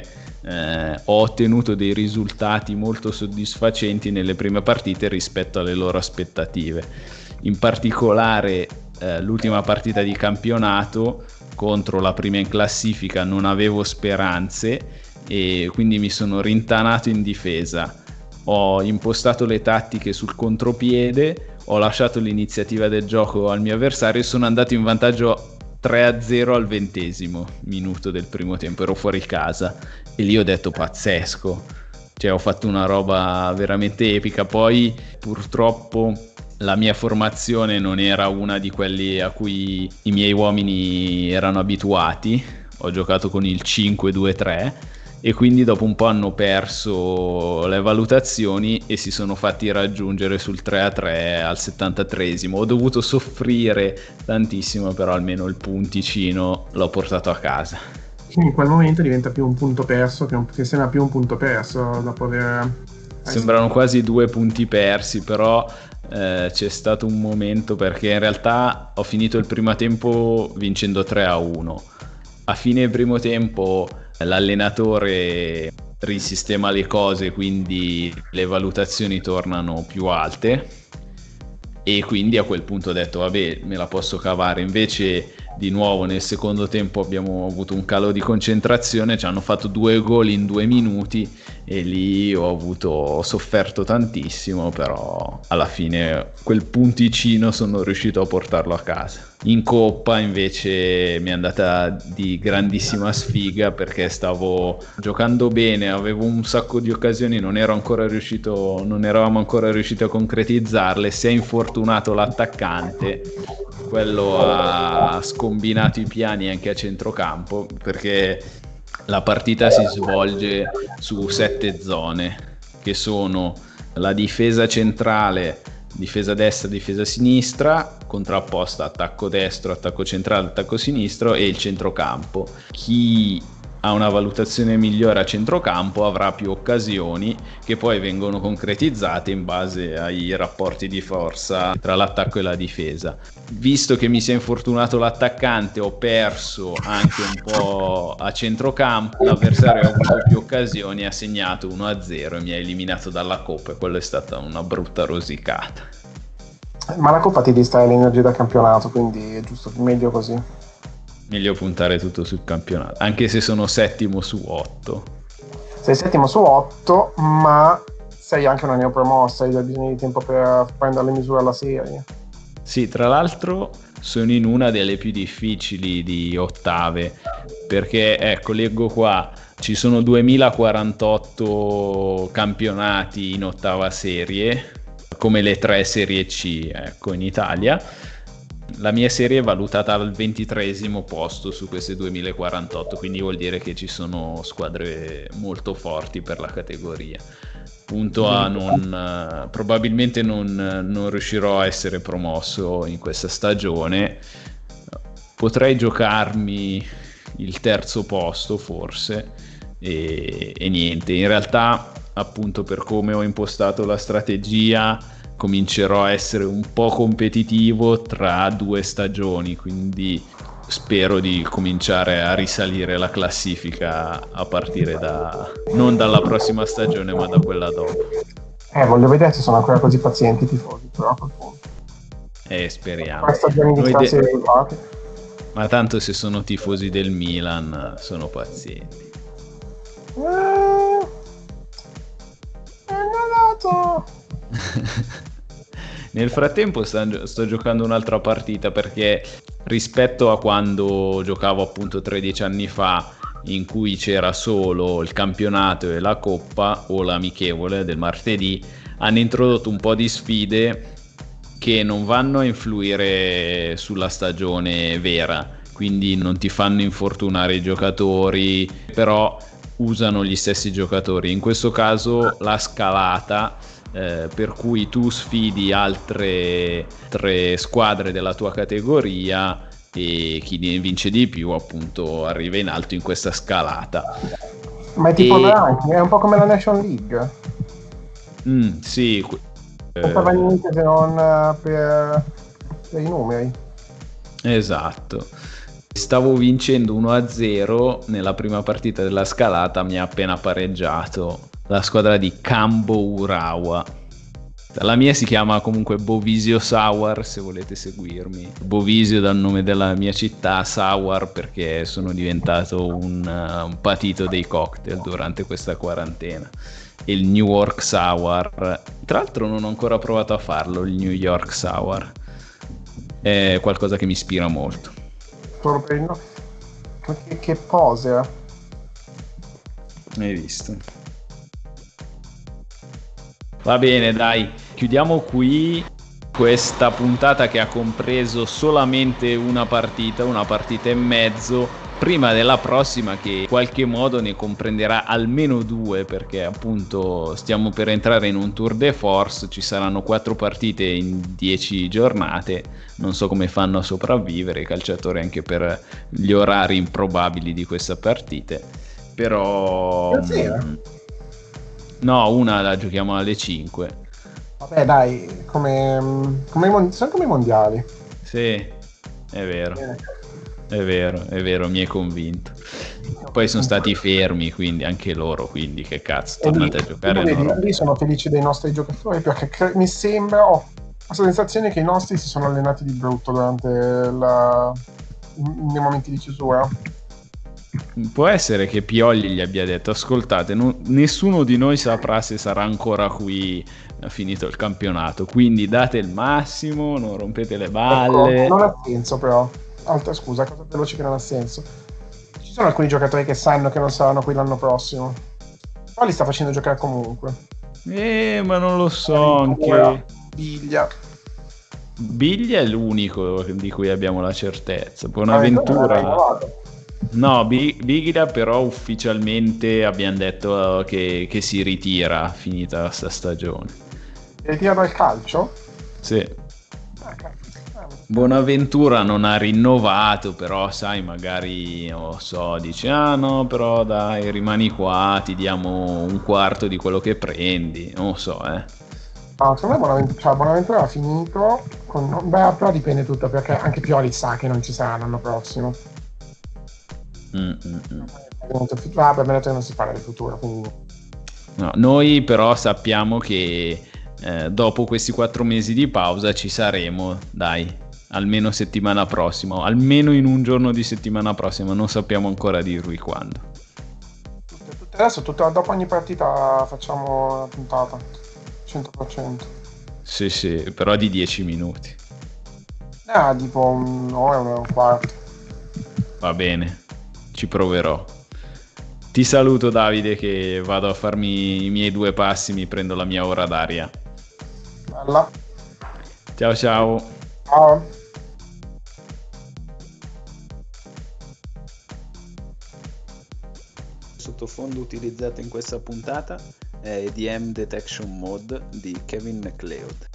ho ottenuto dei risultati molto soddisfacenti nelle prime partite rispetto alle loro aspettative. In particolare l'ultima partita di campionato contro la prima in classifica non avevo speranze e quindi mi sono rintanato in difesa. Ho impostato le tattiche sul contropiede, ho lasciato l'iniziativa del gioco al mio avversario e sono andato in vantaggio 3-0 al 20° minuto del primo tempo, ero fuori casa e lì ho detto pazzesco, cioè ho fatto una roba veramente epica. Poi purtroppo la mia formazione non era una di quelli a cui i miei uomini erano abituati, ho giocato con il 5-2-3 e quindi dopo un po' hanno perso le valutazioni e si sono fatti raggiungere sul 3-3 al 73°. Ho dovuto soffrire tantissimo, però almeno il punticino l'ho portato a casa. Quindi in quel momento diventa più un punto perso che sembra più un punto perso dopo aver... Sembrano quasi 2 punti persi, però c'è stato un momento, perché in realtà ho finito il primo tempo vincendo 3-1. A fine primo tempo l'allenatore risistema le cose, quindi le valutazioni tornano più alte e quindi a quel punto ho detto vabbè, me la posso cavare. Invece di nuovo nel secondo tempo abbiamo avuto un calo di concentrazione, ci hanno fatto 2 gol in 2 minuti e lì ho sofferto tantissimo, però alla fine quel punticino sono riuscito a portarlo a casa. In coppa invece mi è andata di grandissima sfiga, perché stavo giocando bene, avevo un sacco di occasioni, non eravamo ancora riusciti a concretizzarle. Si è infortunato l'attaccante, quello ha scombinato i piani anche a centrocampo, perché la partita si svolge su 7 zone, che sono la difesa centrale, difesa destra, difesa sinistra, contrapposta attacco destro, attacco centrale, attacco sinistro e il centrocampo. Chi ha una valutazione migliore a centrocampo avrà più occasioni, che poi vengono concretizzate in base ai rapporti di forza tra l'attacco e la difesa. Visto che mi si è infortunato l'attaccante, ho perso anche un po' a centrocampo, l'avversario ha avuto più occasioni, ha segnato 1-0 e mi ha eliminato dalla Coppa, e quello è stata una brutta rosicata. Ma la Coppa ti distrae l'energia da campionato, quindi è giusto, meglio così. Meglio puntare tutto sul campionato, anche se sono 7° su 8. Sei 7° su 8, ma sei anche una neopromossa, hai bisogno di tempo per prendere le misure alla serie. Sì, tra l'altro sono in una delle più difficili di ottave, perché ecco, leggo qua, ci sono 2048 campionati in ottava serie, come le 3 serie C, ecco, in Italia. La mia serie è valutata al 23° posto su queste 2048, quindi vuol dire che ci sono squadre molto forti per la categoria. Punto a probabilmente non riuscirò a essere promosso in questa stagione. Potrei giocarmi il 3° posto forse e niente. In realtà, appunto, per come ho impostato la strategia, comincerò a essere un po' competitivo tra 2 stagioni, quindi spero di cominciare a risalire la classifica a partire non dalla prossima stagione, ma da quella dopo. Voglio vedere se sono ancora così pazienti i tifosi, però a quel punto. Speriamo. 3 stagioni di classe risultati. Ma tanto se sono tifosi del Milan sono pazienti. È andato! Nel frattempo sto giocando un'altra partita, perché rispetto a quando giocavo appunto 13 anni fa, in cui c'era solo il campionato e la coppa o l'amichevole del martedì, hanno introdotto un po' di sfide che non vanno a influire sulla stagione vera, quindi non ti fanno infortunare i giocatori, però usano gli stessi giocatori. In questo caso la scalata, per cui tu sfidi altre 3 squadre della tua categoria e chi ne vince di più appunto arriva in alto in questa scalata. Ma è tipo è un po' come la Nation League. Sì. Non fa niente se non per i numeri. Esatto. Stavo vincendo 1-0 nella prima partita della scalata, mi ha appena pareggiato la squadra di Cambo Urawa. La mia si chiama comunque Bovisio Sour, se volete seguirmi. Bovisio dal nome della mia città, Sour perché sono diventato un patito dei cocktail durante questa quarantena. Il New York Sour, tra l'altro non ho ancora provato a farlo, il New York Sour. È qualcosa che mi ispira molto. Solo per il che pose, Hai visto? Va bene, dai, chiudiamo qui questa puntata che ha compreso solamente una partita e mezzo, prima della prossima che in qualche modo ne comprenderà almeno 2, perché appunto stiamo per entrare in un tour de force, ci saranno 4 partite in 10 giornate, non so come fanno a sopravvivere i calciatori anche per gli orari improbabili di queste partite, però... No, una la giochiamo alle 5. Vabbè, dai, sono come i mondiali. Sì, è vero. È vero, mi hai convinto. Poi sono stati fermi, quindi anche loro, quindi che cazzo, tornate a giocare. Lì sono felici dei nostri giocatori perché mi sembra, ho la sensazione che i nostri si sono allenati di brutto durante nei momenti di chiusura. Può essere che Pioli gli abbia detto: ascoltate, nessuno di noi saprà se sarà ancora qui finito il campionato, quindi date il massimo, non rompete le balle. Ecco, non ha senso però. Altra scusa, cosa veloce che non ha senso. Ci sono alcuni giocatori che sanno che non saranno qui l'anno prossimo, però li sta facendo giocare comunque. Ma non lo so, anche Biglia è l'unico di cui abbiamo la certezza. Buonaventura. No, Biglia però ufficialmente abbiamo detto che si ritira finita questa stagione. Si ritira dal calcio? Sì. Bonaventura non ha rinnovato, però sai, magari non lo so, dice no, però dai, rimani qua, ti diamo un quarto di quello che prendi, non lo so, secondo me Bonaventura ha finito però dipende tutto, perché anche Pioli sa che non ci sarà l'anno prossimo. Vabbè, me ne non si parla di futuro, quindi... No, noi però sappiamo che dopo questi 4 mesi di pausa ci saremo, dai, almeno settimana prossima, almeno in un giorno di settimana prossima, non sappiamo ancora dirvi quando. Adesso dopo ogni partita facciamo la puntata 100%. Sì, però di 10 minuti. Tipo un'ora, un quarto. Va bene, ci proverò. Ti saluto Davide, che vado a farmi i miei 2 passi, mi prendo la mia ora d'aria. Bella. Ciao. Ciao. Sottofondo utilizzato in questa puntata è EDM Detection Mode di Kevin MacLeod.